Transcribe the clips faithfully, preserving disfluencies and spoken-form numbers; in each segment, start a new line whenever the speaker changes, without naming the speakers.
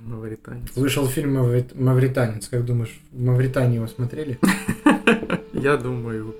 Мавританец.
Вышел фильм «Маври- «Мавританец». Как думаешь, в Мавритании его смотрели?
Я думаю...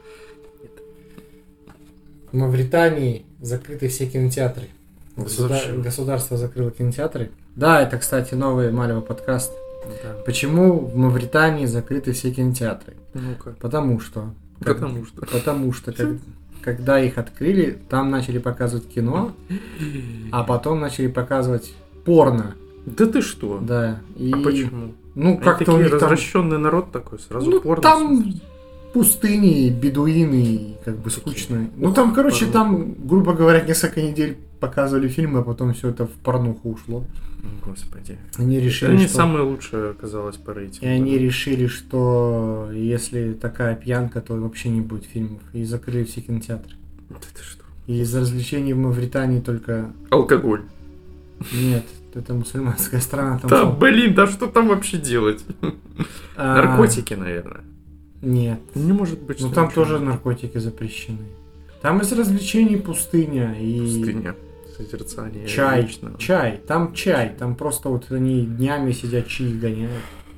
В Мавритании закрыты все кинотеатры. Государ...
Зачем?
Государство закрыло кинотеатры. Да, это, кстати, новый Малево подкаст.
Да.
Почему в Мавритании закрыты все кинотеатры?
Ну-ка.
Потому что... как-
Потому что...
Потому что, как- когда их открыли, там начали показывать кино, а потом начали показывать порно.
Да ты что?
Да. И...
А почему?
Ну,
Они
как-то у
такие
них там...
развращенный народ такой, сразу
Ну,
порно
там
смотрит.
пустыни, бедуины, как бы скучно. Ну, там, короче, там, грубо говоря, несколько недель показывали фильмы, а потом все это в порнуху ушло.
Господи.
Они
Это
решили,
не
что...
самое лучшее оказалось по рейтингу.
И они решили, что если такая пьянка, то вообще не будет фильмов. И закрыли все кинотеатры.
Да ты что?
И из развлечений в Мавритании только...
Алкоголь.
Нет, это мусульманская страна. Там
Да,
что?
блин, да что там вообще делать?
А,
Наркотики, наверное.
Нет.
Не может быть,
Ну
что
там
ничего
тоже
нет.
наркотики запрещены. Там из развлечений пустыня и
Пустыня. Созерцание
чай.
вечного.
Чай. Там чай. Там просто вот они днями сидят, чаи гоняют.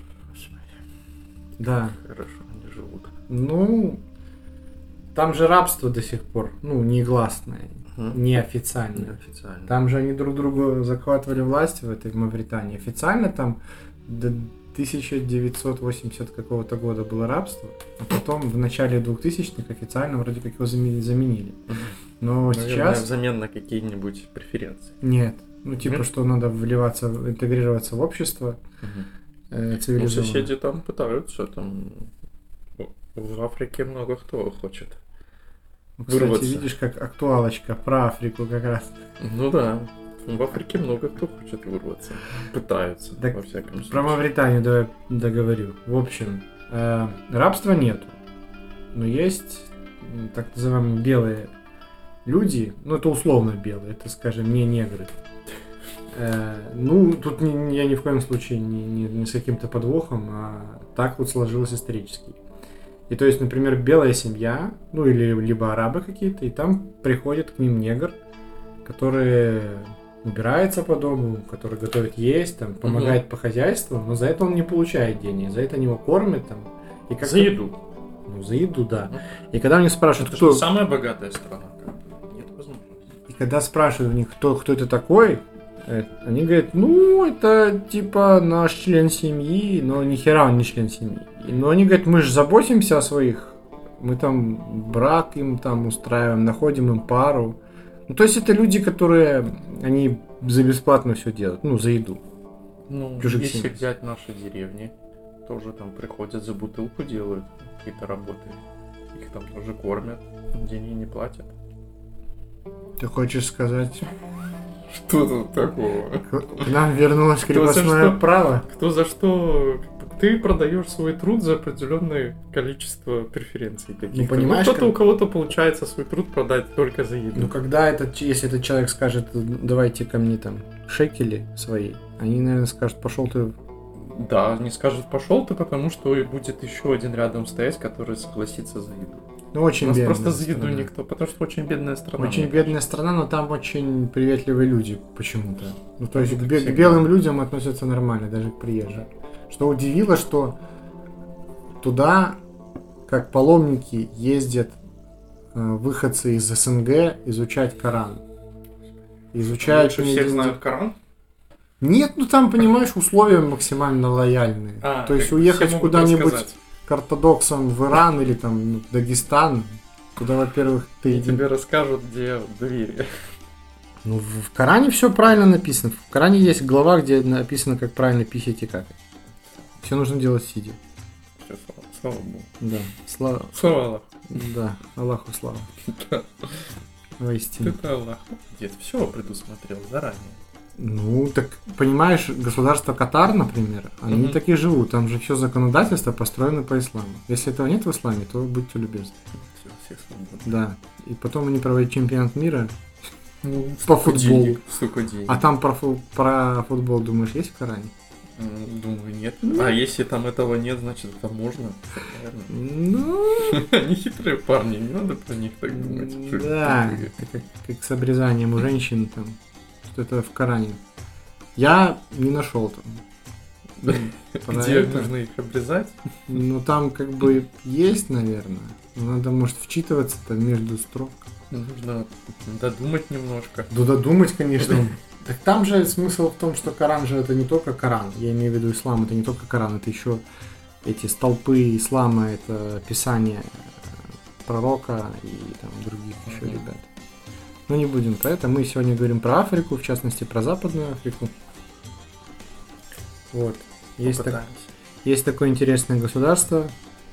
Да.
Хорошо, они живут.
Ну, там же рабство до сих пор. Ну, негласное,
Мгм.
неофициальное.
Неофициально.
Там же они друг другу захватывали власть в этой в Мавритании. Официально там до тысяча девятьсот восьмидесятого какого-то года было рабство, а потом в начале двухтысячных официально вроде как его заме- заменили.
Мгм.
Но
Наверное,
сейчас
взамен на какие-нибудь преференции.
нет. Ну, типа,
Нет?
что надо вливаться, интегрироваться в общество э,
Ну,
цивилизованное.
соседи там пытаются, там в Африке много кто хочет.
Ну, кстати,
вырваться.
видишь, как актуалочка про Африку как раз.
Ну да, в Африке много кто хочет вырваться. Пытаются,
Так
во всяком случае.
Про Мавританию давай договорю. В общем, э, рабства нету, но есть м, так называемые белые люди, ну это условно белые, это, скажем, не негры. Э, ну, тут не- я ни в коем случае не, не- не с каким-то подвохом, а так вот сложилось исторически. И то есть, например, белая семья, ну или либо арабы какие-то, и там приходит к ним негр, который убирается по дому, который готовит есть, там, помогает по хозяйству, но за это он не получает денег, за это они его кормят там. И как-то-
За еду.
Ну, за еду, да.
Мгм.
И когда у них спрашивают,
Это
кто...
же самая богатая страна. Как бы. Нет возможности.
И когда спрашивают у них, кто, кто это такой, э, они говорят, ну, это типа наш член семьи, но ни хера он не член семьи. И- Но они говорят, мы же заботимся о своих, мы там брак им там устраиваем, находим им пару. Ну, то есть это люди, которые, они за бесплатно все делают, ну, за еду.
Ну,
Чужих
если
семей.
взять наши деревни, тоже там приходят за бутылку, делают какие-то работы. Их там тоже кормят, деньги не платят.
Ты хочешь сказать,
Что тут такого?
к к нам вернулось
Кто за
крепостное
что?
право?
Кто за что? Ты продаешь свой труд за определенное количество преференций каких-то.
Ну, понимаешь,
кто-то
как-
у кого-то получается свой труд продать только за еду.
Ну, когда этот, если этот человек скажет, давайте ко мне там шекели свои, они, наверное, скажут, пошел ты.
Да, они скажут, пошел ты, потому что и будет еще один рядом стоять, который согласится за еду.
Ну, очень
У нас
бедная
просто за еду
страна.
никто, потому что очень бедная страна.
Очень
мне
бедная страна, но там очень приветливые люди почему-то. Ну, то есть
Ну,
к,
как
бе- к
всегда.
белым людям относятся нормально, даже к приезжим. Что удивило, что туда, как паломники, ездят э, выходцы из СНГ изучать Коран. Изучают...
Лучше
не
всех
один-
знают Коран.
Нет, ну там, понимаешь, условия максимально лояльные.
А,
то есть
как бы
уехать
все могут
куда-нибудь
рассказать.
к ортодоксам в Иран или там ну, в Дагестан, туда, во-первых, ты...
И тебе расскажут, где двери.
Ну, в в Коране все правильно написано. В Коране есть глава, где написано, как правильно писать и какать. Все нужно делать сидя.
Всё, слава, слава богу.
Да. Слава.
Слава Аллаху.
Да. Аллаху слава.
Да.
Воистину.
Это Аллах. Дед все предусмотрел заранее.
Ну, так, понимаешь, государство Катар, например, они
Мгм.
так и живут. Там же все законодательство построено по исламу. Если этого нет в исламе, то будьте любезны.
Все, всех свободны.
Да. И потом они проводят чемпионат мира
Ну,
по
столько
футболу.
денег, столько денег.
А там про, фу- про футбол, думаешь, есть в Коране?
М, Думаю, нет. А если там этого нет, значит это можно. Наверное.
Ну,
Они хитрые парни, не надо про них так думать. Что
да,
тупые.
это как, как с обрезанием у женщин там, что это в Коране. Я не нашел там. про
Где
это.
нужно их обрезать?
Ну, там как бы есть, наверное. Но надо, может, вчитываться там между строк.
Нужно додумать немножко.
Да додумать, конечно. Так там же смысл в том, что Коран же это не только Коран. Я имею в виду ислам, это не только Коран, это еще эти столпы ислама, это писание пророка и там других еще ребят. Но не будем про это. Мы сегодня говорим про Африку, в частности про Западную Африку. Вот. Есть, так, есть такое интересное государство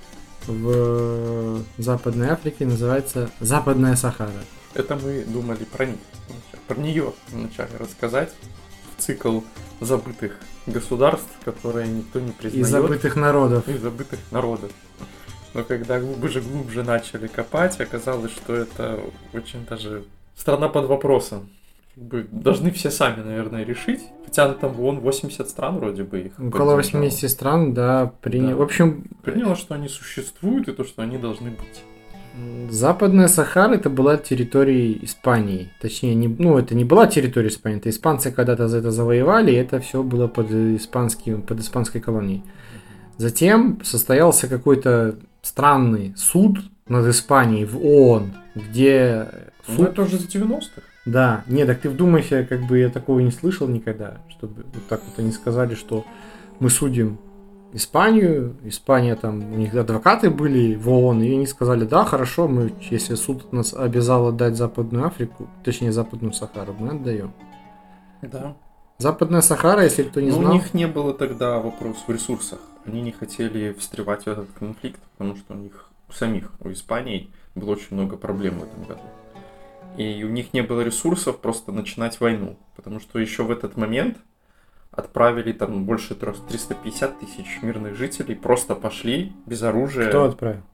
в Западной Африке, называется Западная Сахара.
Это мы думали про них, про нее вначале рассказать. Цикл забытых государств, которые никто не признает.
И забытых народов.
И забытых народов. Но когда глубже глубже начали копать, оказалось, что это очень даже страна под вопросом. Как бы должны все сами, наверное, решить. Хотя там вон восемьдесят стран вроде бы их.
Около восемьдесят стран, да, принял.
Да.
В общем,
приняло, что они существуют и то, что они должны быть.
Западная Сахара это была территорией Испании. Точнее, не, ну, это не была территория Испании, это испанцы когда-то за это завоевали, и это все было под, испанским, под испанской колонией. Затем состоялся какой-то странный суд над Испанией в ООН, где...
Ну,
суд...
это уже с девяностых.
Да, нет, так ты вдумайся, как бы я такого не слышал никогда, чтобы вот так вот они сказали, что мы судим Испанию, Испания там, у них адвокаты были в ООН, и они сказали, да, хорошо, мы, если суд нас обязал отдать Западную Африку, точнее Западную Сахару, мы отдаем.
Да.
Западная Сахара, если кто не
Но
знал...
у них не было тогда вопрос в ресурсах. Они не хотели встревать в этот конфликт, потому что у них у самих, у Испании было очень много проблем в этом году. И у них не было ресурсов просто начинать войну, потому что еще в этот момент отправили там больше триста пятьдесят тысяч мирных жителей, просто пошли без оружия.
Кто отправил?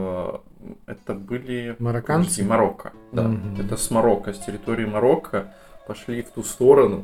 Это были...
Марокканцы?
Подожди, Марокко, да.
Mm-hmm.
Это с Марокко, с территории Марокко пошли в ту сторону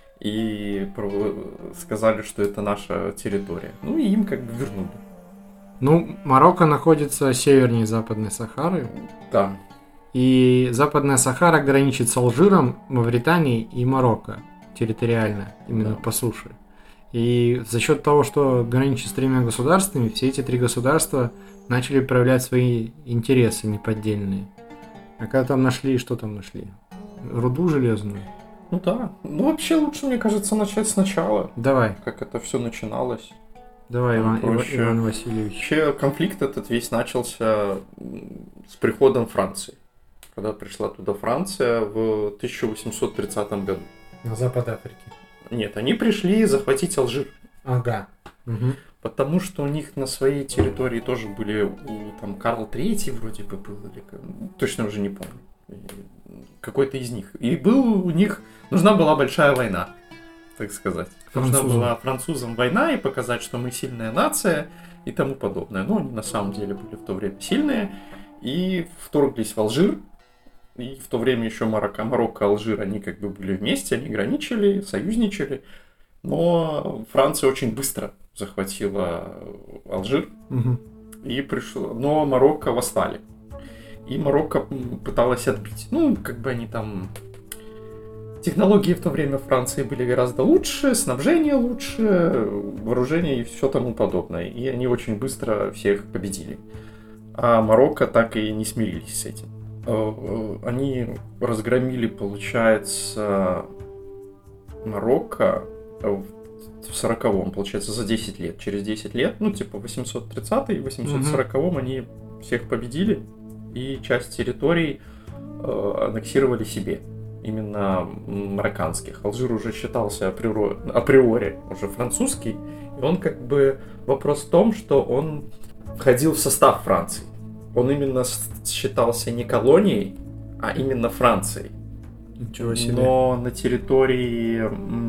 и сказали, что это наша территория. Ну и им как бы вернули.
Ну, Марокко находится севернее Западной Сахары.
Да.
И Западная Сахара граничит с Алжиром, Мавританией и Марокко территориально, именно
да.
по суше. И за счет того, что граничит с тремя государствами, все эти три государства начали проявлять свои интересы неподдельные. А когда там нашли, что там нашли? Руду железную?
Ну да. Ну вообще лучше, мне кажется, начать сначала.
Давай.
Как это все начиналось.
Давай, Иван, Иван Васильевич.
Вообще конфликт этот весь начался с приходом Франции. Когда пришла туда Франция в тысяча восемьсот тридцатом году.
На запад Африки.
Нет, они пришли захватить Алжир.
Ага. Угу.
Потому что у них на своей территории тоже были, у, там Карл Третий вроде бы был, или точно уже не помню. Какой-то из них. И был у них, нужна была большая война, так сказать. Нужна была французам война и показать, что мы сильная нация и тому подобное. Но они на самом деле были в то время сильные и вторглись в Алжир. И в то время еще Марокко, Марокко, Алжир, они как бы были вместе, они граничили, союзничали. Но Франция очень быстро захватила Алжир.
Угу.
И пришло... Но Марокко восстали. И Марокко пыталась отбить. Ну, как бы они там... Технологии в то время Франции были гораздо лучше, снабжение лучше, вооружение и все тому подобное. И они очень быстро всех победили. А Марокко так и не смирились с этим. Они разгромили, получается, Марокко в сороковом, получается, за десять лет. Через десять лет, ну, типа, в восемьсот тридцатом и восемьсот сороковом mm-hmm. они всех победили. И часть территорий э, аннексировали себе. Именно марокканских. Алжир уже считался априори, априори уже французский. И он как бы... Вопрос в том, что он входил в состав Франции. Он именно считался не колонией, а именно Францией.
Ничего себе.
Но на территории,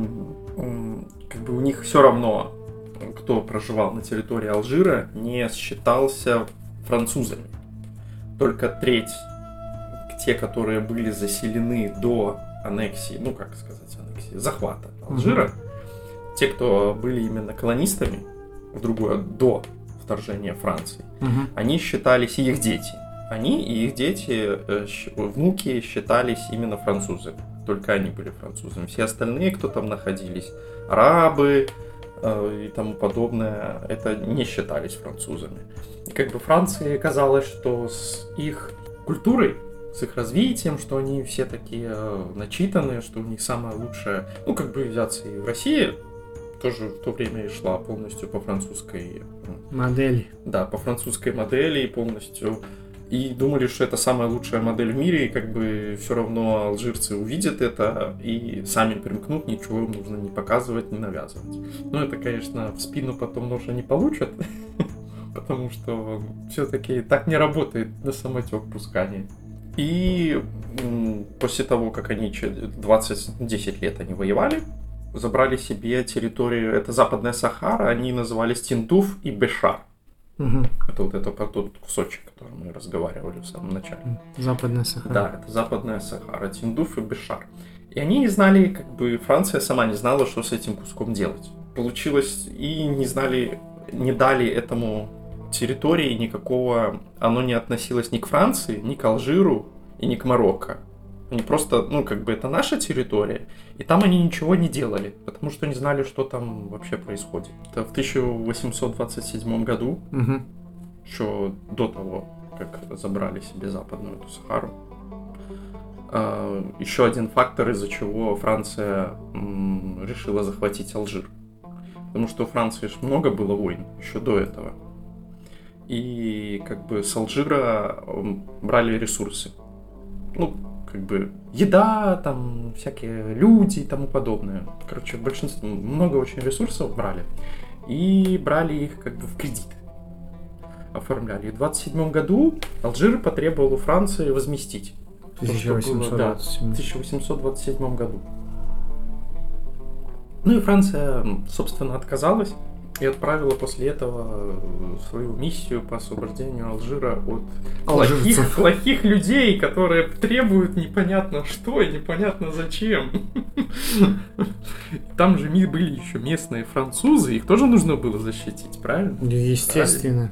как бы у них все равно, кто проживал на территории Алжира, не считался французами. Только треть, те, которые были заселены до аннексии, ну как сказать, аннексии, захвата Алжира, mm-hmm. те, кто были именно колонистами, в другое, до вторжения Франции,
угу.
они считались, и их дети. Они и их дети, внуки считались именно французами. Только они были французами. Все остальные, кто там находились, арабы, э, и тому подобное, это не считались французами. И как бы Франции казалось, что с их культурой, с их развитием, что они все такие начитанные, что у них самое лучшее, ну, как бы взяться и в России, тоже в то время и шла полностью по французской
модели.
Да, по французской модели и полностью. И думали, что это самая лучшая модель в мире, и как бы все равно алжирцы увидят это и сами примкнут, ничего им нужно не показывать, не навязывать. Но это, конечно, в спину потом ножа не получат, потому что все-таки так не работает на самотек пускание. И после того, как они двадцать десять лет они воевали, забрали себе территорию, это Западная Сахара, они назывались Тиндуф и Бешар.
Угу.
Это вот это, тот кусочек, о котором мы разговаривали в самом начале.
Западная Сахара.
Да, это Западная Сахара, Тиндуф и Бешар. И они не знали, как бы Франция сама не знала, что с этим куском делать. Получилось, и не знали, не дали этому территории никакого, оно не относилось ни к Франции, ни к Алжиру и ни к Марокко. Они просто, ну, как бы это наша территория, и там они ничего не делали, потому что не знали, что там вообще происходит. Это в тысяча восемьсот двадцать седьмом году,
угу.
еще до того, как забрали себе Западную эту Сахару. Еще один фактор, из-за чего Франция м, решила захватить Алжир. Потому что у Франции ж много было войн еще до этого. И как бы с Алжира брали ресурсы. Ну, как бы еда, там всякие люди и тому подобное. Короче, большинство, много очень ресурсов брали. И брали их как бы в кредит. Оформляли. И в двадцать седьмом году Алжир потребовал у Франции возместить.
тысяча восемьсот двадцать седьмом.
Да, в тысяча восемьсот двадцать седьмом году. Ну и Франция, собственно, отказалась и отправила после этого свою миссию по освобождению Алжира от плохих, плохих людей, которые требуют непонятно что и непонятно зачем. Там же были еще местные французы, их тоже нужно было защитить, правильно?
Естественно.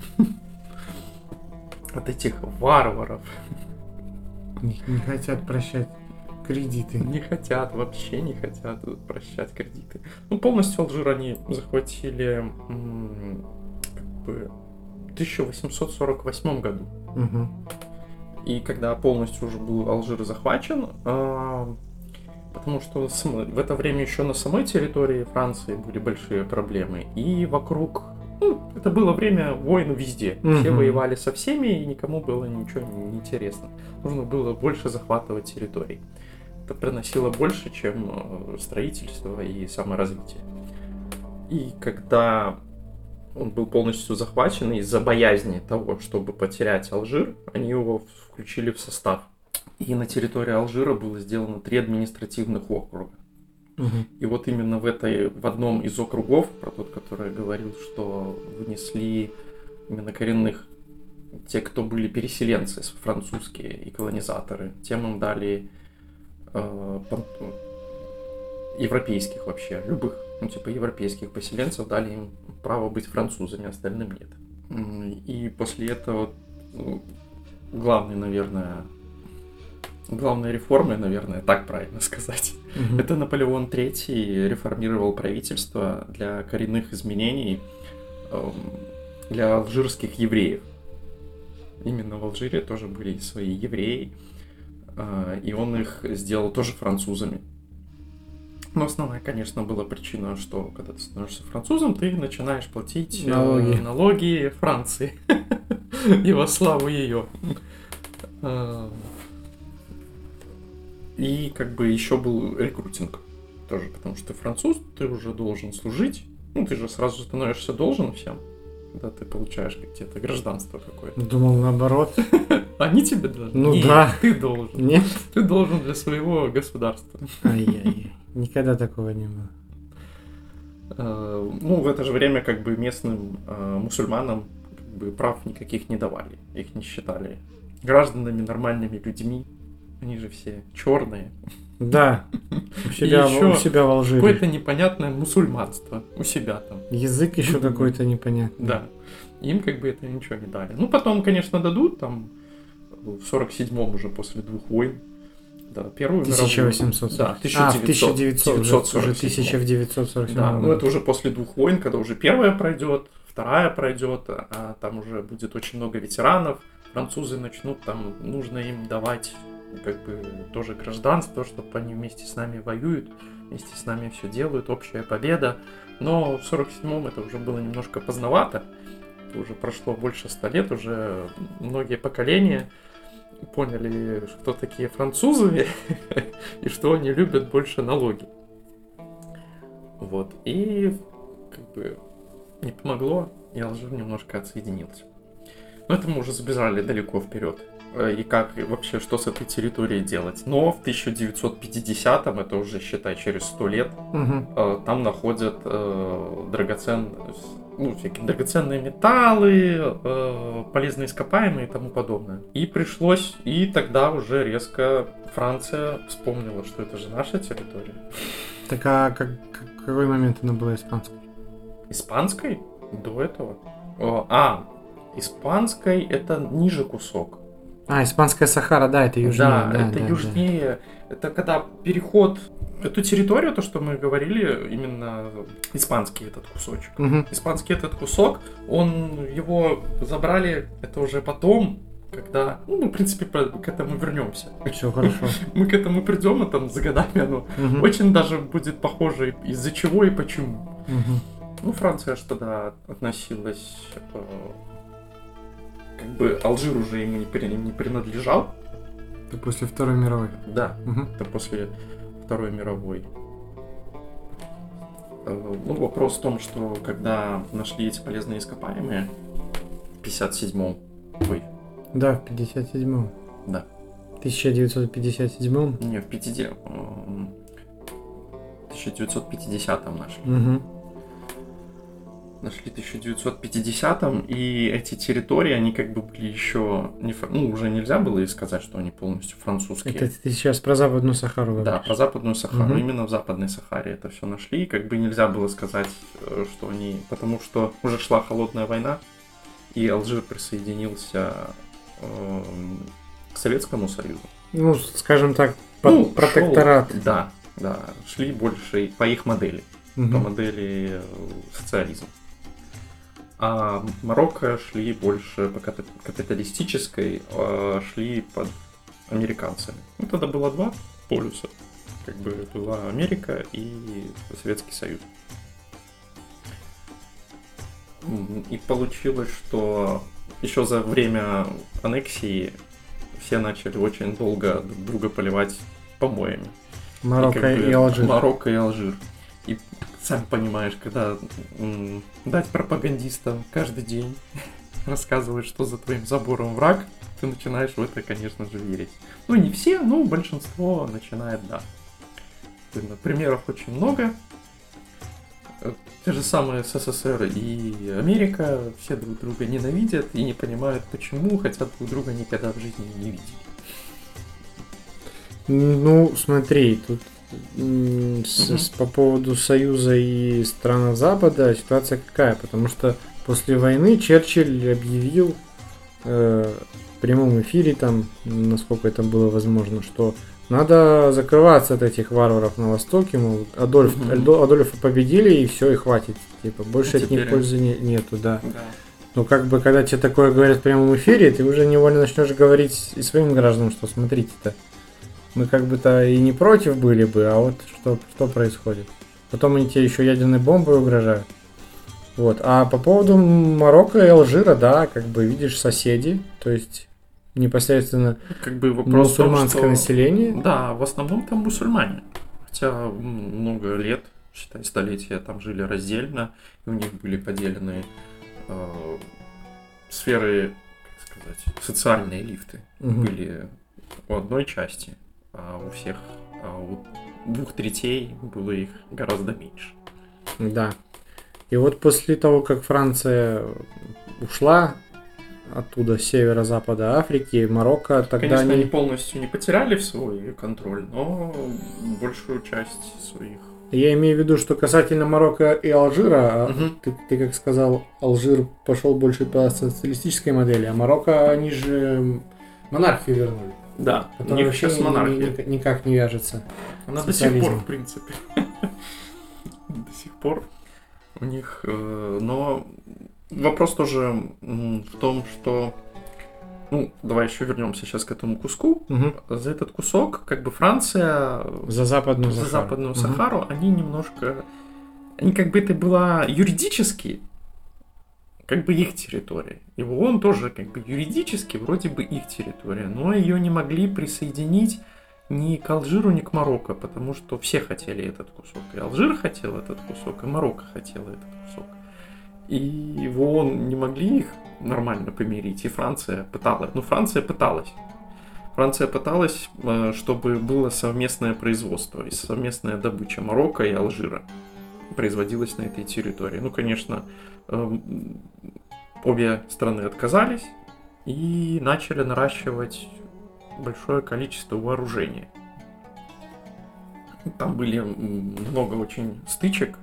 От этих варваров.
Не, не хотят прощать кредиты.
Не хотят, вообще не хотят прощать кредиты. Ну, полностью Алжир они захватили м- как бы, в тысяча восемьсот сорок восьмом году.
Угу.
И когда полностью уже был Алжир захвачен, э- потому что в это время еще на самой территории Франции были большие проблемы. И вокруг... Ну, это было время войн везде.
Угу.
Все воевали со всеми, и никому было ничего не интересно. Нужно было больше захватывать территорий. Это приносило больше, чем строительство и саморазвитие. И когда он был полностью захвачен, из-за боязни того, чтобы потерять Алжир, они его включили в состав. И на территории Алжира было сделано три административных округа.
Угу.
И вот именно в этой, в одном из округов, про тот, который я говорил, что внесли именно коренных, те, кто были переселенцы, французские и колонизаторы, тем им дали э, европейских вообще, любых, ну типа европейских поселенцев, дали им право быть французами, остальным нет. И после этого ну, главный, наверное, главной реформой, наверное, так правильно сказать, mm-hmm. это Наполеон третий реформировал правительство для коренных изменений э, для алжирских евреев. Именно в Алжире тоже были свои евреи, э, и он их сделал тоже французами. Но основная, конечно, была причина, что когда ты становишься французом, ты начинаешь платить
налоги,
э, налоги Франции и во славу ее. И как бы еще был рекрутинг тоже, потому что ты француз, ты уже должен служить. Ну, ты же сразу становишься должен всем, когда ты получаешь где-то гражданство какое-то.
Думал наоборот.
Они тебе должны?
Ну
Нет,
да.
ты должен.
Нет?
Ты должен для своего государства.
Ай-яй-яй. Никогда такого не было.
Ну, в это же время как бы местным мусульманам как бы прав никаких не давали. Их не считали гражданами, нормальными людьми. Они же все черные.
Да. У себя, у себя в Алжире.
Какое-то непонятное мусульманство у себя там.
Язык еще какой-то непонятный.
Да. Им как бы это ничего не дали. Ну, потом, конечно, дадут, там, в сорок седьмом уже после двух войн да, Первую
тысяча восемьсот
мировую. Да,
а, в тысяча девятьсот
сорок
уже тысяча девятьсот сорок седьмой.
Да, ну это уже после двух войн, когда уже первая пройдет, вторая пройдет, а там уже будет очень много ветеранов. Французы начнут, там нужно им давать как бы тоже гражданство, чтобы они вместе с нами воюют, вместе с нами все делают, общая победа. Но в сорок седьмом это уже было немножко поздновато, уже прошло больше ста лет, уже многие поколения поняли, кто такие французы и что они любят больше налоги. Вот, и как бы не помогло, и Алжир немножко отсоединился. Но это мы уже забежали далеко вперед. И как и вообще, что с этой территорией делать. Но в тысяча девятьсот пятидесятом, это уже, считай, через сто лет, угу. там находят э, драгоценные, ну, всякие драгоценные металлы, э, полезные ископаемые и тому подобное. И пришлось, и тогда уже резко Франция вспомнила, что это же наша территория.
Так а как, как, какой момент она была испанской?
Испанской? До этого? А, испанской это ниже кусок.
А, Испанская Сахара, да, это южнее.
Да,
да
это
да,
южнее. Да. Это когда переход... Эту территорию, то, что мы говорили, именно испанский этот кусочек. Угу. Испанский этот кусок, он его забрали, это уже потом, когда... Ну, мы, в принципе, к этому вернемся.
Все хорошо.
Мы к этому придем, и там за годами оно угу. очень даже будет похоже, из-за чего и почему. Угу. Ну, Франция же тогда относилась... Как бы Алжир уже ему не принадлежал.
Это после Второй мировой?
Да, угу. это после Второй мировой. Ну, вопрос в том, что когда нашли эти полезные ископаемые в пятьдесят седьмом. Ой.
Да, в пятьдесят седьмом.
Да.
В тысяча девятьсот пятьдесят седьмом?
Не, в пятидесятом. тысяча девятьсот пятидесятом нашли.
Угу.
Нашли в тысяча девятьсот пятидесятом, и эти территории, они как бы были еще... Не, ну, уже нельзя было и сказать, что они полностью французские.
Это ты сейчас про Западную Сахару говоришь?
Да, про Западную Сахару.
Угу.
Именно в Западной Сахаре это все нашли. И как бы нельзя было сказать, что они... Потому что уже шла холодная война, и Алжир присоединился э, к Советскому Союзу.
Ну, скажем так, под ну, протекторат.
Шел, да, да. Шли больше по их модели. Угу. По модели социализма. А Марокко шли больше по капиталистической, а шли под американцами. Ну, тогда было два полюса. Как бы была Америка и Советский Союз. И получилось, что еще за время аннексии все начали очень долго друг друга поливать помоями.
Марокко и, и Алжир.
Марокко и Алжир. И сам понимаешь, когда м, дать пропагандистам каждый день рассказывать, что за твоим забором враг, ты начинаешь в это, конечно же, верить. Ну, не все, но большинство начинает, да. Примеров очень много. Те же самые СССР и Америка, все друг друга ненавидят и не понимают, почему, хотя друг друга никогда в жизни не видели.
Ну, смотри, тут С, угу. с, по поводу Союза и стран Запада ситуация какая? Потому что после войны Черчилль объявил э, в прямом эфире, там, насколько это было возможно, что надо закрываться от этих варваров на Востоке, мол, Адольф, угу. Адольфа победили и все, и хватит. Типа, больше от них пользы не, нету, да.
да.
Но как бы, когда тебе такое говорят в прямом эфире, ты уже невольно начнешь говорить и своим гражданам, что смотрите-то. Мы как бы-то и не против были бы, а вот что, что происходит. Потом они тебе еще ядерной бомбой угрожают. Вот. А по поводу Марокко и Алжира, да, как бы видишь соседи, то есть непосредственно
как бы вопрос
мусульманское
том, что...
население.
Да, в основном там мусульмане. Хотя много лет, считай, столетия там жили раздельно, и у них были поделены э, сферы, как сказать, социальные лифты. Угу. Были у одной части. А у всех, а у двух третей было их гораздо меньше.
Да. И вот после того, как Франция ушла оттуда, с северо-запада Африки, Марокко тогда...
Конечно,
они
не полностью не потеряли в свой контроль, но большую часть своих...
Я имею в виду, что касательно Марокко и Алжира,
угу.
ты, ты как сказал, Алжир пошел больше по социалистической модели, а Марокко, они же монархию вернули.
Да, у
Который
них
вообще
сейчас
ни-
монархия.
ни- никак не вяжется.
Она
с
до сих пор,
социализмом.
в принципе. До сих пор у них... э, Но вопрос тоже м, в том, что... Ну, давай еще вернемся сейчас к этому куску.
Мгм.
За этот кусок, как бы Франция,
За западную
за
Сахару.
Западную
Мгм.
Сахару, они немножко... Они как бы это была юридически, как бы их территория. И ООН тоже как бы юридически вроде бы их территория, но ее не могли присоединить ни к Алжиру, ни к Марокко, потому что все хотели этот кусок. И Алжир хотел этот кусок, и Марокко хотел этот кусок. И в ООН не могли их нормально помирить, и Франция пыталась. Ну, Франция пыталась. Франция пыталась, э, чтобы было совместное производство и совместная добыча Марокко и Алжира производилась на этой территории. Ну, конечно, э, обе страны отказались и начали наращивать большое количество вооружения. Там были м, много очень стычек.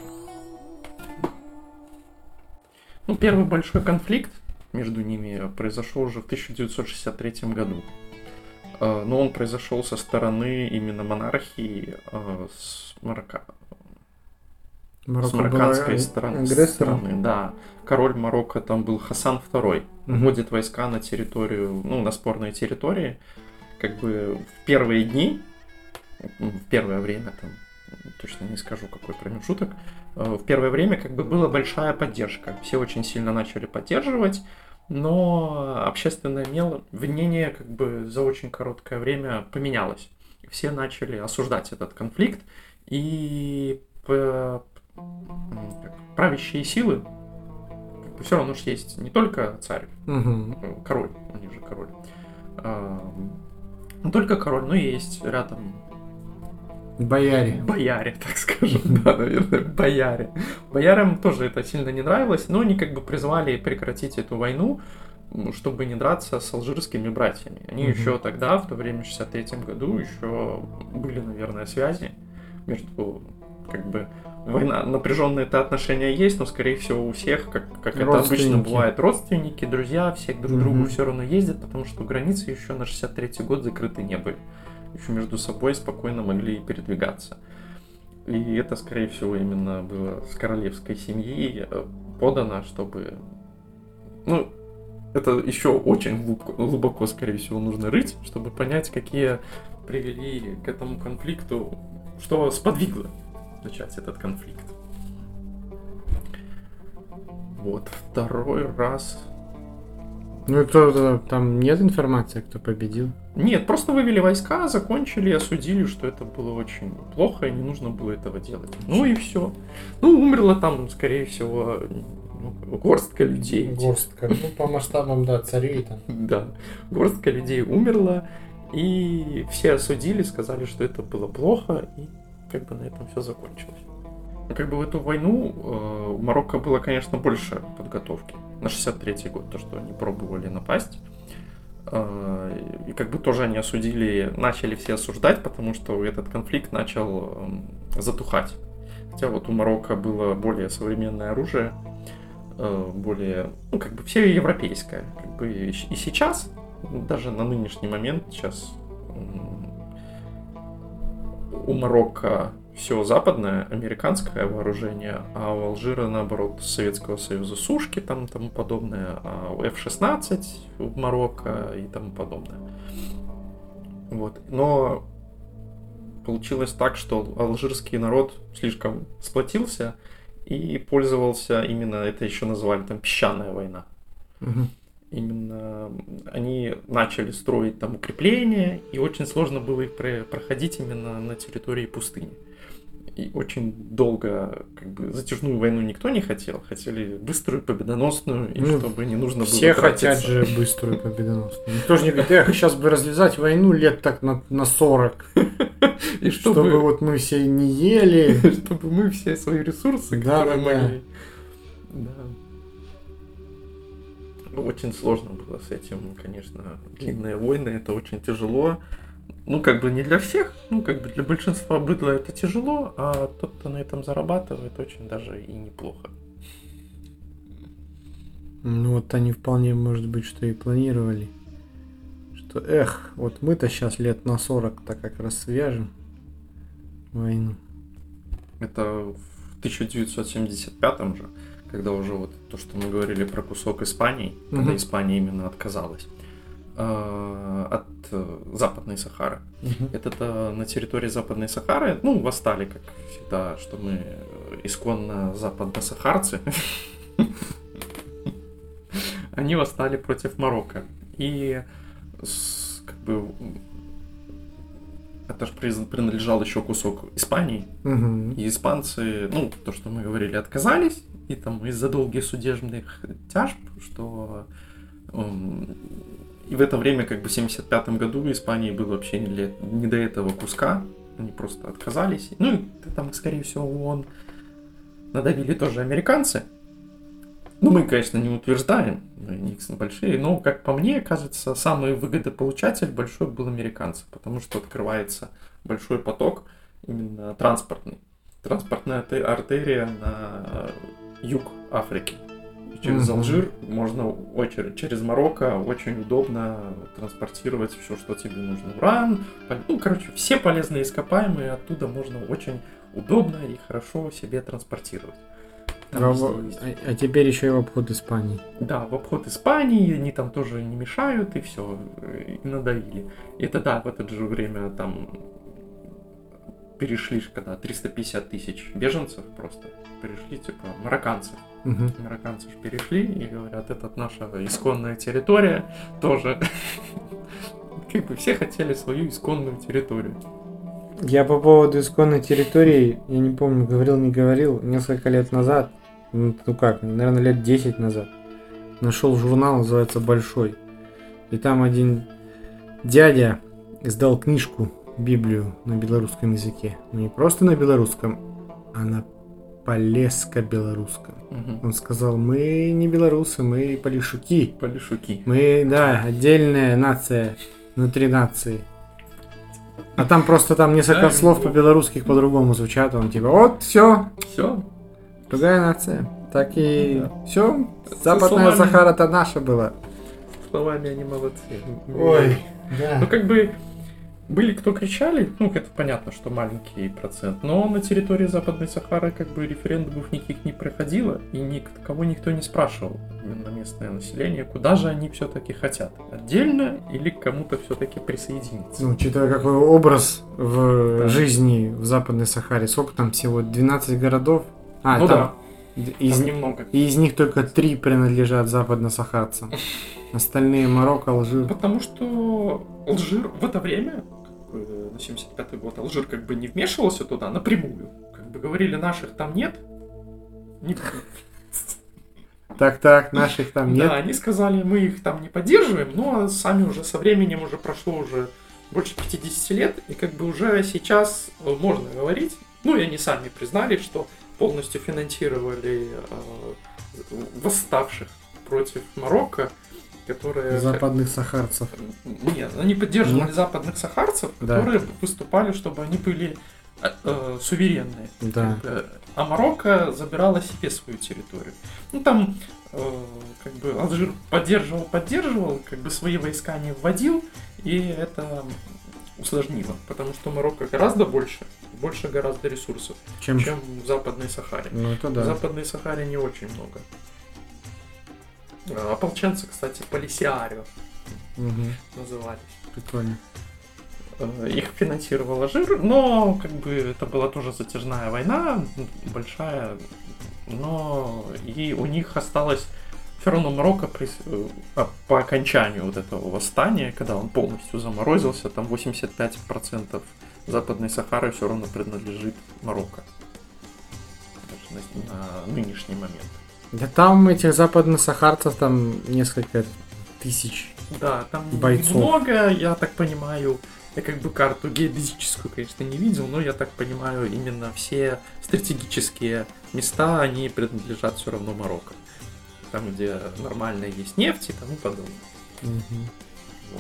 Ну, первый большой конфликт между ними произошел уже в тысяча девятьсот шестьдесят третьем году. Э, Но он произошел со стороны именно монархии э, с Марокко. С
Марокко
марокканской
была
стороны,
агрессором.
стороны, да. Король Марокко там был Хасан второй.
Мгм.
Вводит войска на территорию, ну, на спорные территории. Как бы в первые дни, м, в первое время, там, точно не скажу, какой промежуток, э, в первое время как бы была большая поддержка. Все очень сильно начали поддерживать, но общественное мел- мнение как бы за очень короткое время поменялось. Все начали осуждать этот конфликт, и п- м, как, правящие силы, все равно же есть не только царь,
Мгм.
э, король, они же король, а, не только король, но и есть рядом
Бояре.
бояре, так скажем, да, наверное, бояре. Боярам тоже это сильно не нравилось, но они как бы призвали прекратить эту войну, м, чтобы не драться с алжирскими братьями. Они
Мгм.
еще тогда, в то время, в шестьдесят третьем году, еще были, наверное, связи между, как бы, война, напряженные-то отношения есть, но, скорее всего, у всех, как, как это обычно
Родственники.
бывает, родственники, друзья, все друг к другу
Мгм.
все равно ездят, потому что границы еще на шестьдесят третий год закрыты не были. Еще между собой спокойно могли передвигаться. И это, скорее всего, именно было с королевской семьи э, подано, чтобы... Ну, это еще очень глубоко, глубоко, скорее всего, нужно рыть, чтобы понять, какие привели к этому конфликту, что сподвигло начать этот конфликт. Вот, второй раз...
Ну, кто, кто- там нет информации, кто победил.
Нет, просто вывели войска, закончили, осудили, что это было очень плохо, и не нужно было этого делать. Ну и все. Ну, умерло там, скорее всего, ну, горстка людей.
Горстка. Ну, по масштабам, да, царей там.
Да, горстка людей умерла, и все осудили, сказали, что это было плохо, и как бы на этом все закончилось. Как бы в эту войну э, у Марокко было, конечно, больше подготовки. На шестьдесят третий год, то, что они пробовали напасть. Э, и как бы тоже они осудили, начали все осуждать, потому что этот конфликт начал э, затухать. Хотя вот у Марокко было более современное оружие, э, более, ну, как бы все европейское. Как бы и, и сейчас, даже на нынешний момент, сейчас м, у Марокко все западное, американское вооружение, а у Алжира, наоборот, Советского Союза сушки там и тому подобное, а у эф шестнадцать в Марокко и тому подобное. Вот. Но получилось так, что алжирский народ слишком сплотился и пользовался именно, это еще называли там песчаная война.
Мгм.
Именно они начали строить там укрепления, и очень сложно было их про- проходить именно на территории пустыни. И очень долго, как бы, затяжную войну никто не хотел. Хотели быструю, победоносную, и
Ну,
чтобы не нужно было
Все
тратиться.
хотят же быструю победоносную. Никто же не говорит, эх, сейчас бы развязать войну лет так на, на сорок.
И
Чтобы...
чтобы,
вот мы все не ели.
чтобы мы все свои ресурсы,
Да,
которые
да, да.
могли. Да. Ну, очень сложно было с этим, конечно. Длинные войны, это очень тяжело. Ну, как бы не для всех, ну, как бы для большинства быдла это тяжело, а тот, кто на этом зарабатывает, очень даже и неплохо.
Ну вот они вполне может быть, что и планировали. что, эх, вот мы-то сейчас лет на сорок-то как раз свяжем войну.
Это в тысяча девятьсот семьдесят пятом же, когда уже вот то, что мы говорили про кусок Испании, угу. когда Испания именно отказалась э, от э, Западной Сахары. Угу. Это на территории Западной Сахары, ну, восстали, как всегда, что мы исконно западносахарцы. Они восстали против Марокко. И как бы это же принадлежал еще кусок Испании. Угу. И испанцы, ну, то, что мы говорили, отказались. И там из-за долгих судебных тяжб, что um, и в это время, как бы в семьдесят пятом году, Испании было вообще не, для, не до этого куска. Они просто отказались. Ну, и там, скорее всего, он надавили тоже американцы. Ну, мы, конечно, не утверждаем, они большие, но, как по мне, кажется, самый выгодополучатель большой был американцы, потому что открывается большой поток именно транспортный. Транспортная артерия на юг Африки. Через mm-hmm. Алжир можно очень, через Марокко очень удобно транспортировать все, что тебе нужно. Уран, ну, короче, все полезные ископаемые оттуда можно очень удобно и хорошо себе транспортировать.
А, в... а теперь еще и в обход Испании.
Да, в обход Испании, они там тоже не мешают, и все, и надоели. И это да, в это же время там перешли, когда триста пятьдесят тысяч беженцев просто перешли, типа марокканцы. Угу. Марокканцы же перешли и говорят, это наша исконная территория тоже. Как бы все хотели свою исконную территорию.
Я по поводу исконной территории, я не помню, говорил, не говорил, несколько лет назад, ну как, наверное, лет десять назад, нашел журнал, называется «Большой». И там один дядя издал книжку, Библию на белорусском языке. Ну не просто на белорусском, а на полеско-белорусском. Угу. Он сказал, мы не белорусы, мы полишуки.
Полишуки.
Мы, да, отдельная нация внутри нации. А там просто там несколько да, слов по-белорусски по-другому звучат. Он типа, вот, все.
Все.
Другая нация. Так и да. Все. Западная Сахара-то наша была.
Словами они молодцы.
Ой, да.
Ну, как бы, были кто кричали, ну, это понятно, что маленький процент, но на территории Западной Сахары, как бы, референдумов никаких не проходило, и никого никто не спрашивал, именно местное население, куда же они все-таки хотят, отдельно или к кому-то все-таки присоединиться.
Ну, учитывая, какой образ в да. жизни в Западной Сахаре, сколько там всего, двенадцать городов? А,
ну
там,
да.
Из,
там немного.
И из них только три принадлежат западносахарцам. Остальные Марокко, Алжир.
Потому что Алжир в это время, как бы, на семьдесят пятый год, Алжир как бы не вмешивался туда напрямую. Как бы говорили, наших там нет. Не...
Так-так, наших там нет.
Да, они сказали, мы их там не поддерживаем, но сами уже со временем уже прошло уже больше пятьдесят лет, и как бы уже сейчас можно говорить, ну и они сами признали, что полностью финансировали э, восставших против Марокко, которые...
Западных сахарцев.
Нет, они поддерживали
Нет?
западных сахарцев, которые да. выступали, чтобы они были э, э, суверенные.
Да.
А Марокко забирала себе свою территорию. Ну там э, как бы Алжир поддерживал, поддерживал, как бы свои войска не вводил, и это усложнило, потому что Марокко гораздо больше, больше гораздо ресурсов, чем, чем в Западной Сахаре.
Ну, это да.
В Западной Сахаре не очень много. А ополченцы, кстати, Полисиарио
угу.
назывались.
Прикольно.
Их финансировал Алжир, но как бы это была тоже затяжная война, большая, но и у них осталось все равно Марокко при, по окончанию вот этого восстания, когда он полностью заморозился, там восемьдесят пять процентов Западной Сахары все равно принадлежит Марокко. Даже на, на нынешний момент.
Да там этих западносахарцев там несколько тысяч
да, там
бойцов.
Много, я так понимаю. Я как бы карту геодезическую, конечно, не видел, но я так понимаю, именно все стратегические места, они принадлежат все равно Марокко. Там, где нормально есть нефть и тому подобное.
Угу.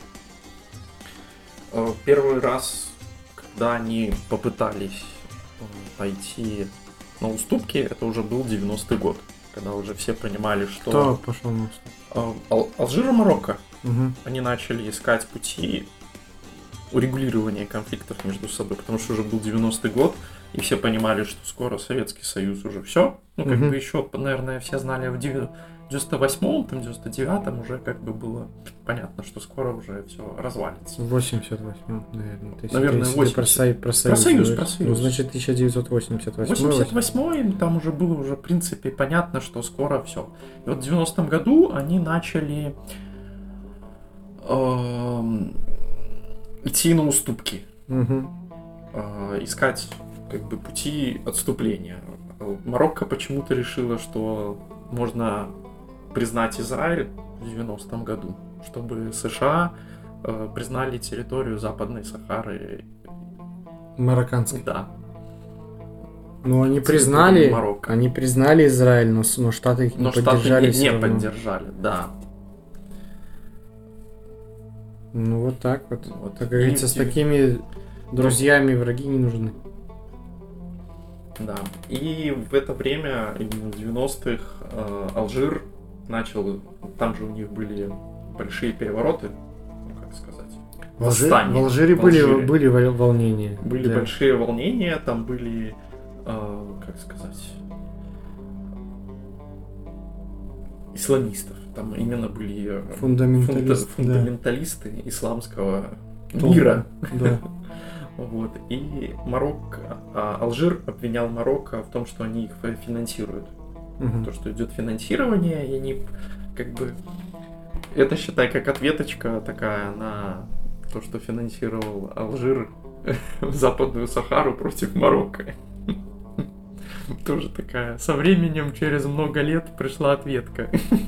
Вот. Первый раз, когда они попытались пойти на уступки, это уже был девяностый год. когда уже все понимали, что...
Кто пошел на уступки?
Ал- Алжир и Марокко.
Угу.
Они начали искать пути урегулирования конфликтов между собой, потому что уже был девяностый год, и все понимали, что скоро Советский Союз уже все. Ну, как
Мгм.
бы еще, наверное, все знали в девяносто восьмом, там, девяносто девятом уже как бы было понятно, что скоро уже все развалится.
В восемьдесят восьмом, наверное. Ты,
Наверное,
если ты
восемьдесят.
Про, Союз, про,
Про
Союз,
Союз,
говоришь.
про Союз.
Ну, значит, тысяча девятьсот восемьдесят восьмой.
восемьдесят восьмой, там уже было уже, в принципе, понятно, что скоро все. И вот в девяностом году они начали эм, идти на уступки.
Угу.
э, искать как бы пути отступления. Марокко почему-то решила, что можно признать Израиль в девяностом году, чтобы США э, признали территорию Западной Сахары.
Марокканский.
Да.
Ну, они
Территорию
признали,
Марокко.
они признали Израиль, но, с- но Штаты их не
Но
поддержали.
Штаты
всё
не, не
равно.
поддержали, да.
Ну, вот так вот.
Вот.
Как говорится,
И
с
в дев-
такими друзьями враги не нужны.
Да. И в это время, именно в девяностых, э, Алжир начал, там же у них были большие перевороты, ну как сказать,
В, Алжи-
восстания.
в Алжире,
В
были,
Алжире.
были во- волнения.
Были
Да.
большие волнения, там были, э, как сказать, исламистов. Там именно были э,
Фундаменталисты,
фунда- фундаменталисты исламского
да.
мира.
Да.
Вот. И Марокко, а, Алжир обвинял Марокко в том, что они их фи- финансируют.
Мгм.
То, что идет финансирование, и они как бы... Это, считай, как ответочка такая на то, что финансировал Алжир Западную Сахару против Марокко. Тоже такая. Со временем, через много лет, пришла ответка.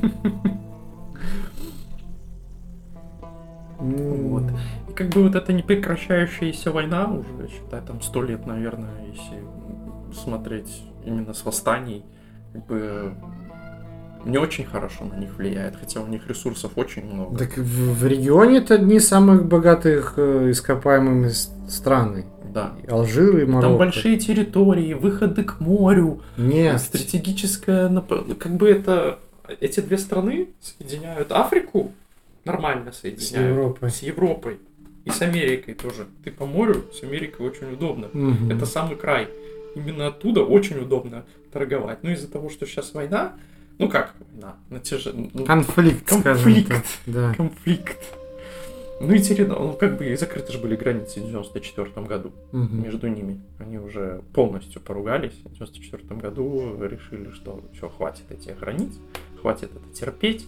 Ну,
Вот. И как бы вот эта непрекращающаяся война, уже, считай, там сто лет, наверное, если смотреть именно с восстаний, как бы не очень хорошо на них влияет, хотя у них ресурсов очень много.
Так в, в регионе это одни из самых богатых э, ископаемыми с- страны.
Да.
Алжир и Марокко.
Там большие территории, выходы к морю,
Нет.
стратегическое... нап- Как бы это... Эти две страны соединяют Африку, нормально соединяют.
С Европой.
С Европой. И с Америкой тоже. Ты по морю, с Америкой очень удобно.
Мгм.
Это самый край. Именно оттуда очень удобно торговать. Но из-за того, что сейчас война, ну как война? Натяж... ну,
Конфликт, скажем
Конфликт.
так. Да.
конфликт. Ну и территория, ну как бы и закрыты же были границы в девяносто четвёртом году
Мгм.
между ними. Они уже полностью поругались. В девяносто четвёртом году решили, что все, хватит этих границ, хватит это терпеть.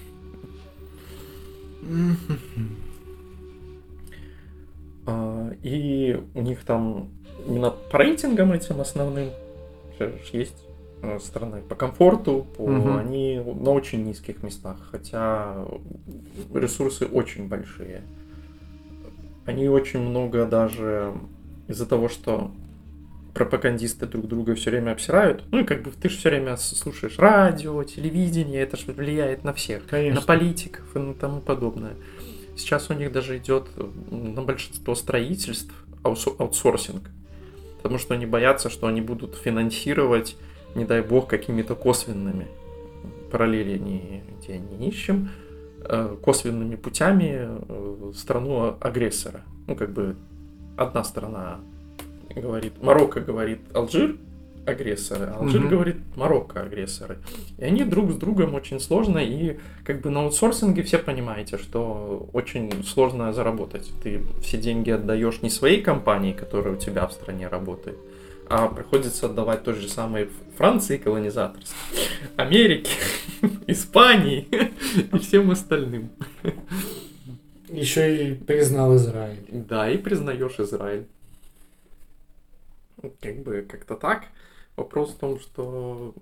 Мгм.
А, И у них там именно по рейтингам этим основным же ж есть э, страны по комфорту, по...
Мгм.
они на очень низких местах, хотя ресурсы очень большие. Они очень много даже из-за того, что пропагандисты друг друга все время обсирают, ну и как бы ты же все время с- слушаешь радио, телевидение, это же влияет на всех,
Конечно.
на политиков и на тому подобное. Сейчас у них даже идет на большинство строительств аутсо- аутсорсинг, потому что они боятся, что они будут финансировать, не дай бог, какими-то косвенными, параллели не, где не ищем, э, косвенными путями э, страну агрессора. Ну, как бы одна страна говорит, Марокко говорит Алжир агрессоры, а Алжир
Мгм.
говорит Марокко агрессоры. И они друг с другом очень сложно, и как бы на аутсорсинге все понимаете, что очень сложно заработать. Ты все деньги отдаешь не своей компании, которая у тебя в стране работает, а приходится отдавать той же самой Франции колонизаторской, Америке, Испании и всем остальным.
Еще и признал Израиль.
Да, и признаешь Израиль. Как бы как-то так. Вопрос в том, что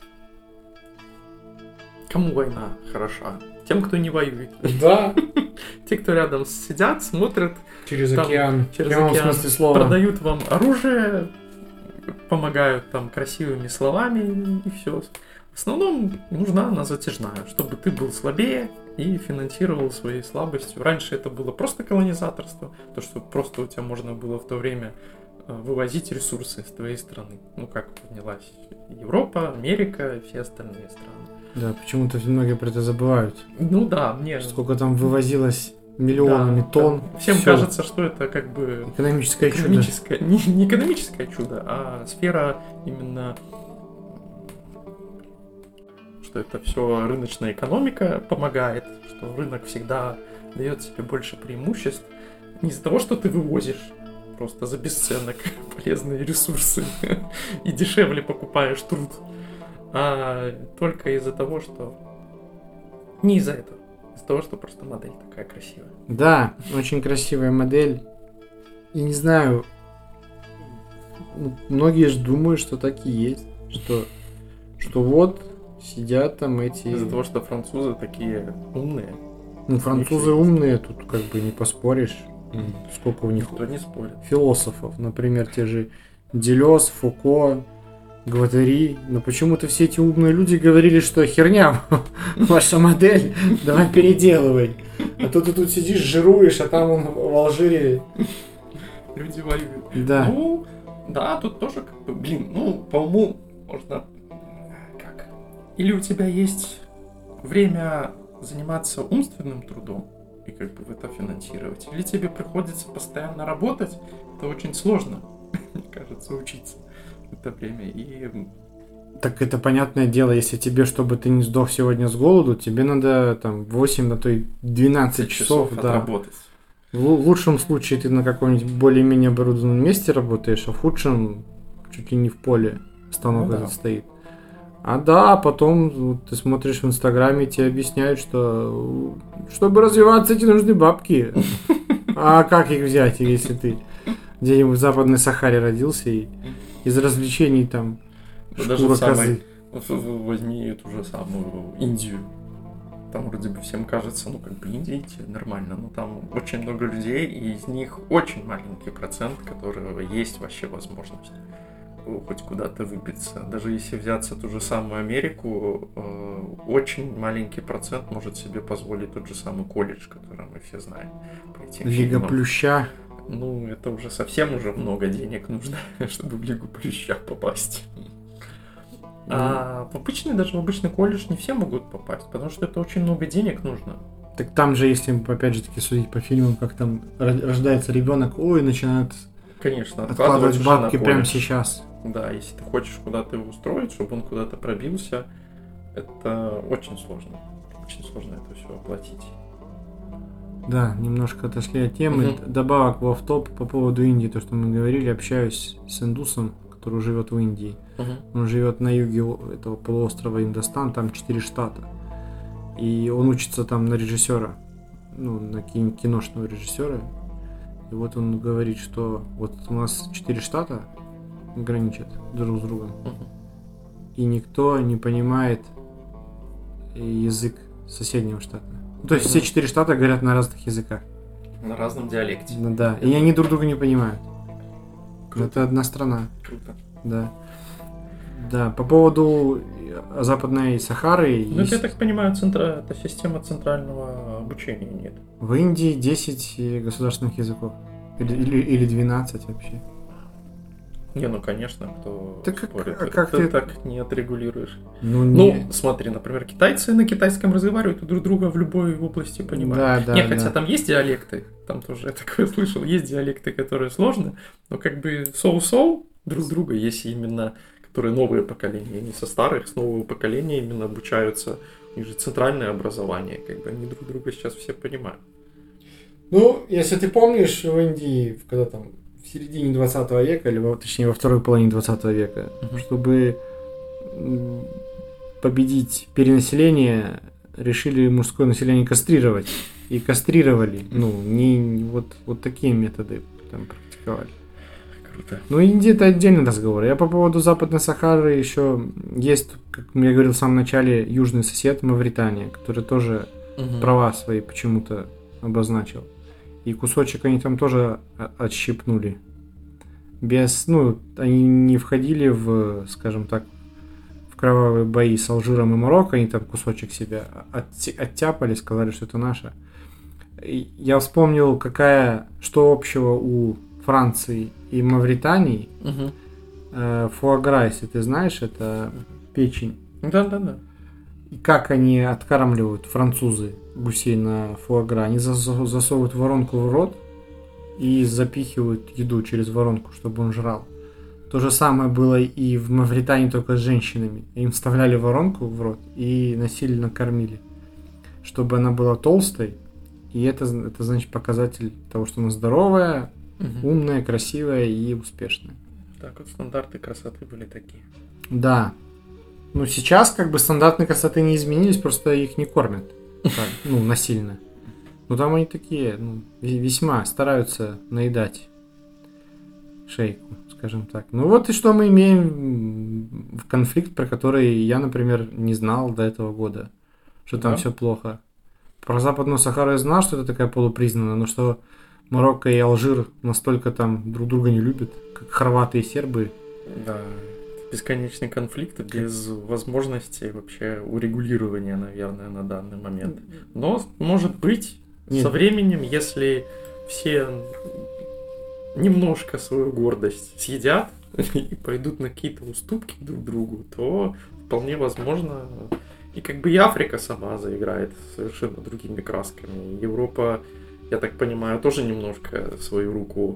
кому война хороша? Тем, кто не воюет.
Да.
Те, кто рядом сидят, смотрят,
Через
Там,
океан.
через
В прямом
океан,
смысле слова.
продают вам оружие, помогают там красивыми словами и все. В основном нужна она затяжная, чтобы ты был слабее и финансировал своей слабостью. Раньше это было просто колонизаторство, то, что просто у тебя можно было в то время вывозить ресурсы с твоей страны. Ну, как поднялась Европа, Америка и все остальные страны.
Да, почему-то многие про это забывают.
Ну да, мне...
Сколько там вывозилось миллионами
да,
тонн.
Всем
Всё.
кажется, что это как бы...
Экономическое,
экономическое
чудо.
Не, не экономическое чудо, а сфера именно... Что это все рыночная экономика помогает, что рынок всегда дает тебе больше преимуществ. Не из-за того, что ты вывозишь просто за бесценок полезные ресурсы и дешевле покупаешь труд, а только из-за того, что... Не из-за этого. Из-за того, что просто модель такая красивая.
Да, очень красивая модель. И не знаю, многие же думают, что так и есть. Что, что вот сидят там эти...
Из-за того, что французы такие умные.
Ну, французы умные, тут как бы не поспоришь. Сколько у них
Никто не спорит.
философов. Например, те же Делез, Фуко, Гваттари. Но почему-то все эти умные люди говорили, что херня ваша модель, давай переделывай. А то ты тут сидишь, жируешь, а там он в Алжире.
Люди воюют.
Да.
Ну, да, тут тоже как бы, блин, ну, по уму можно... Как? Или у тебя есть время заниматься умственным трудом и как бы это финансировать, или тебе приходится постоянно работать, это очень сложно, мне кажется, учиться в это время. И...
Так это понятное дело, если тебе, чтобы ты не сдох сегодня с голоду, тебе надо там восемь, на то и двенадцать часов,
часов
да.
отработать.
В лучшем случае ты на каком-нибудь более-менее оборудованном месте работаешь, а в худшем чуть ли не в поле станок
Ну
этот
да.
стоит. А да, потом вот, ты смотришь в Инстаграме, тебе объясняют, что чтобы развиваться, тебе нужны бабки. А как их взять, если ты где-нибудь в Западной Сахаре родился и из развлечений там
Даже
шкура
в самой...
козы.
Вот возьми эту же самую Индию. Там вроде бы всем кажется, ну как бы индийцы нормально, но там очень много людей, и из них очень маленький процент, которого есть вообще возможность хоть куда-то выбиться. Даже если взяться ту же самую Америку, э, очень маленький процент может себе позволить тот же самый колледж, который мы все знаем. По этим
Лига
фильмам.
Плюща.
Ну, это уже совсем уже много денег нужно, чтобы в Лигу Плюща попасть. А в обычный, даже в обычный колледж не все могут попасть, потому что это очень много денег нужно.
Так там же, если опять же таки судить по фильмам, как там рождается ребенок, ой, начинают
Конечно,
откладывать
уже
бабки
на
прямо
колледж.
сейчас.
Да, если ты хочешь куда-то его устроить, чтобы он куда-то пробился, это очень сложно. Очень сложно это все оплатить.
Да, немножко отошли от темы.
Мгм.
Добавок в автоп по поводу Индии, то, что мы говорили, общаюсь с индусом, который живет в Индии.
Угу.
Он живет на юге этого полуострова Индостан, там четыре штата. И он учится там на режиссера, ну, на кин- киношного режиссера. И вот он говорит, что вот у нас четыре штата граничат друг с другом.
Угу.
И никто не понимает язык соседнего штата. Ну, то есть все четыре штата говорят на разных языках.
На разном диалекте.
Ну да, и они друг друга не понимают.
Круто.
Это одна страна,
Круто.
да. Да, по поводу Западной Сахары,
Ну,
есть
это, я так понимаю, центра... это система центрального обучения нет.
в Индии десять государственных языков. Или, или, или двенадцать вообще.
Не, ну, конечно, кто
Так как-
спорит.
а как
ты,
ты-
так не отрегулируешь.
Ну,
Ну,
не...
смотри, например, китайцы на китайском разговаривают и друг друга в любой области понимают.
Да, да,
Не, хотя
да.
там есть диалекты, там тоже я такое слышал, есть диалекты, которые сложны, но как бы соу-соу друг друга, если именно, которые новые поколения, не со старых, с нового поколения именно обучаются, у них же центральное образование, как бы они друг друга сейчас все понимают.
Ну, если ты помнишь, в Индии, когда там в середине двадцатого века, или во- точнее во второй половине двадцатого века,
Мгм.
чтобы м, победить перенаселение, решили мужское население кастрировать. И кастрировали. Ну, не, не вот, вот такие методы там практиковали.
Круто.
Ну, Индия это отдельный разговор. Я по поводу Западной Сахары еще есть, как я говорил в самом начале, южный сосед Мавритания, который тоже
Мгм.
права свои почему-то обозначил. И кусочек они там тоже о- отщипнули. Без, ну, они не входили в, скажем так, в кровавые бои с Алжиром и Марокко, они там кусочек себя отти- оттяпали, сказали, что это наше. И я вспомнил, какая, что общего у Франции и Мавритании.
Угу.
Э, фуагра, если ты знаешь, это печень.
Да-да-да.
И как они откармливают, французы, гусей на фуагра? Они зас- засовывают воронку в рот и запихивают еду через воронку, чтобы он жрал. То же самое было и в Мавритании, только с женщинами. Им вставляли воронку в рот и насильно кормили, чтобы она была толстой. И это, это значит показатель того, что она здоровая,
Угу.
умная, красивая и успешная.
Так вот стандарты красоты были такие.
Да. Ну, сейчас как бы стандарты красоты не изменились, просто их не кормят. Так, ну, насильно. Ну, там они такие, ну, весьма стараются наедать шейку, скажем так. Ну, вот и что мы имеем в конфликт, про который я, например, не знал до этого года, что там
Да.
все плохо. Про Западную Сахару я знал, что это такая полупризнанная, но что Марокко и Алжир настолько там друг друга не любят, как хорваты и сербы.
Да. Бесконечный конфликт без возможности вообще урегулирования, наверное, на данный момент. Но, может быть,
Нет.
со временем, если все немножко свою гордость съедят и пойдут на какие-то уступки друг другу, то вполне возможно, и как бы и Африка сама заиграет совершенно другими красками. Европа, я так понимаю, тоже немножко свою руку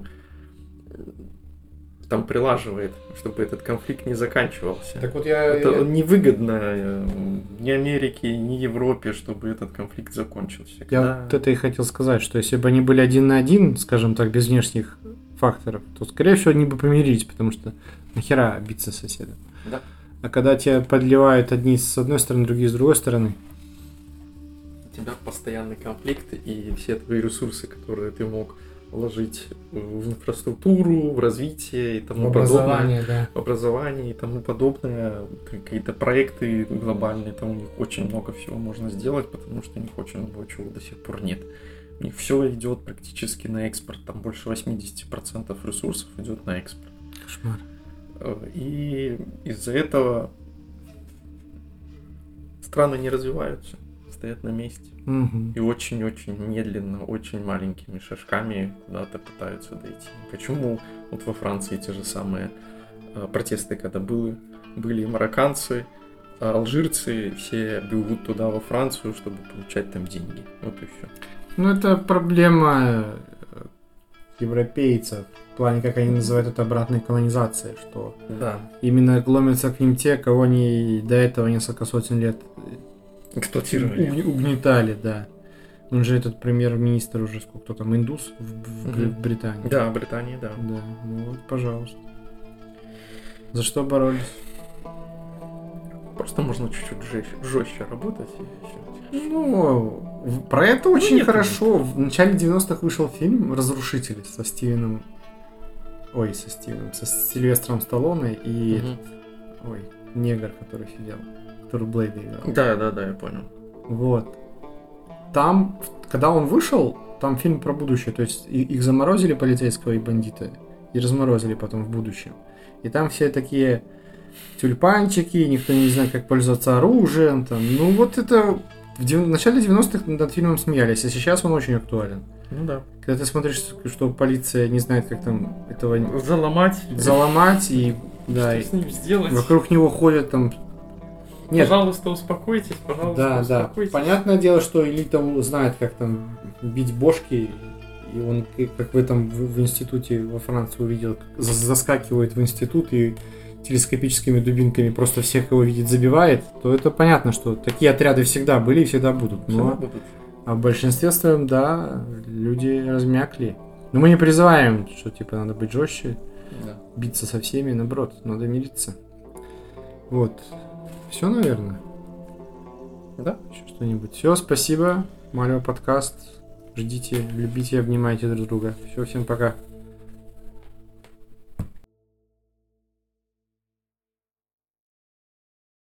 там прилаживает, чтобы этот конфликт не заканчивался.
Так вот я...
Это
я-
невыгодно э, ни Америке, ни Европе, чтобы этот конфликт закончился.
Я
Когда-
вот это и хотел сказать, что если бы они были один на один, скажем так, без внешних факторов, то, скорее всего, они бы помирились, потому что нахера биться с соседом.
Да.
А когда тебя подливают одни с одной стороны, другие с другой стороны,
У тебя постоянный конфликт, и все твои ресурсы, которые ты мог вложить в инфраструктуру, в развитие и тому подобное,
да.
в образование и тому подобное, какие-то проекты глобальные, там у них очень много всего можно сделать, потому что у них очень много чего до сих пор нет. У них все идет практически на экспорт, там больше восемьдесят процентов ресурсов идет на экспорт.
Кошмар.
И из-за этого страны не развиваются, стоят на месте.
Мгм.
И очень-очень медленно, очень маленькими шажками куда-то пытаются дойти. Почему вот во Франции те же самые э, протесты, когда были, были марокканцы, а алжирцы, все бегут туда, во Францию, чтобы получать там деньги. Вот и все.
Ну, это проблема э, европейцев, в плане, как они называют это, обратной колонизацией, что
Да.
именно ломятся к ним те, кого они до этого несколько сотен лет
Эксплуатировали.
уг- угнетали, да. Он же этот премьер-министр уже сколько, кто там, индус в, в-
Мгм.
в Британии.
Да, Британии, да.
Да, ну вот, пожалуйста. За что боролись?
Просто можно чуть-чуть жестче, жестче работать и все.
Ну, в- про это очень
нет,
хорошо. В начале девяностых вышел фильм «Разрушители» со Стивеном... Ой, со Стивеном, со Сильвестром Сталлоне и... Ой, негр, который сидел, который Блейда играл.
Да, да, да, я понял.
Вот. Там, когда он вышел, там фильм про будущее. То есть и- их заморозили, полицейского и бандита, и разморозили потом в будущем. И там все такие тюльпанчики, никто не знает, как пользоваться оружием. Там. Ну вот это... В, дев- в начале девяностых над фильмом смеялись, а сейчас он очень актуален.
Ну да.
Когда ты смотришь, что полиция не знает, как там этого
Заломать.
заломать, и, да,
Что
и
с ним сделать?
вокруг него ходят там... Нет,
Пожалуйста, успокойтесь, пожалуйста,
да, да.
успокойтесь.
Понятное дело, что элита знает, как там бить бошки. И он, и как в этом в, в институте во Франции увидел, как за- заскакивает в институт и телескопическими дубинками просто всех, кого видит, забивает, то это понятно, что такие отряды всегда были и всегда будут.
Всегда
Но
будут.
а в большинстве своем, да, люди размякли. Но мы не призываем, что типа надо быть жестче,
Да.
биться со всеми, наоборот, надо мириться. Вот. Все, наверное.
Да?
Еще что-нибудь. Все, спасибо. Марио подкаст. Ждите, любите, обнимайте друг друга. Все, всем пока.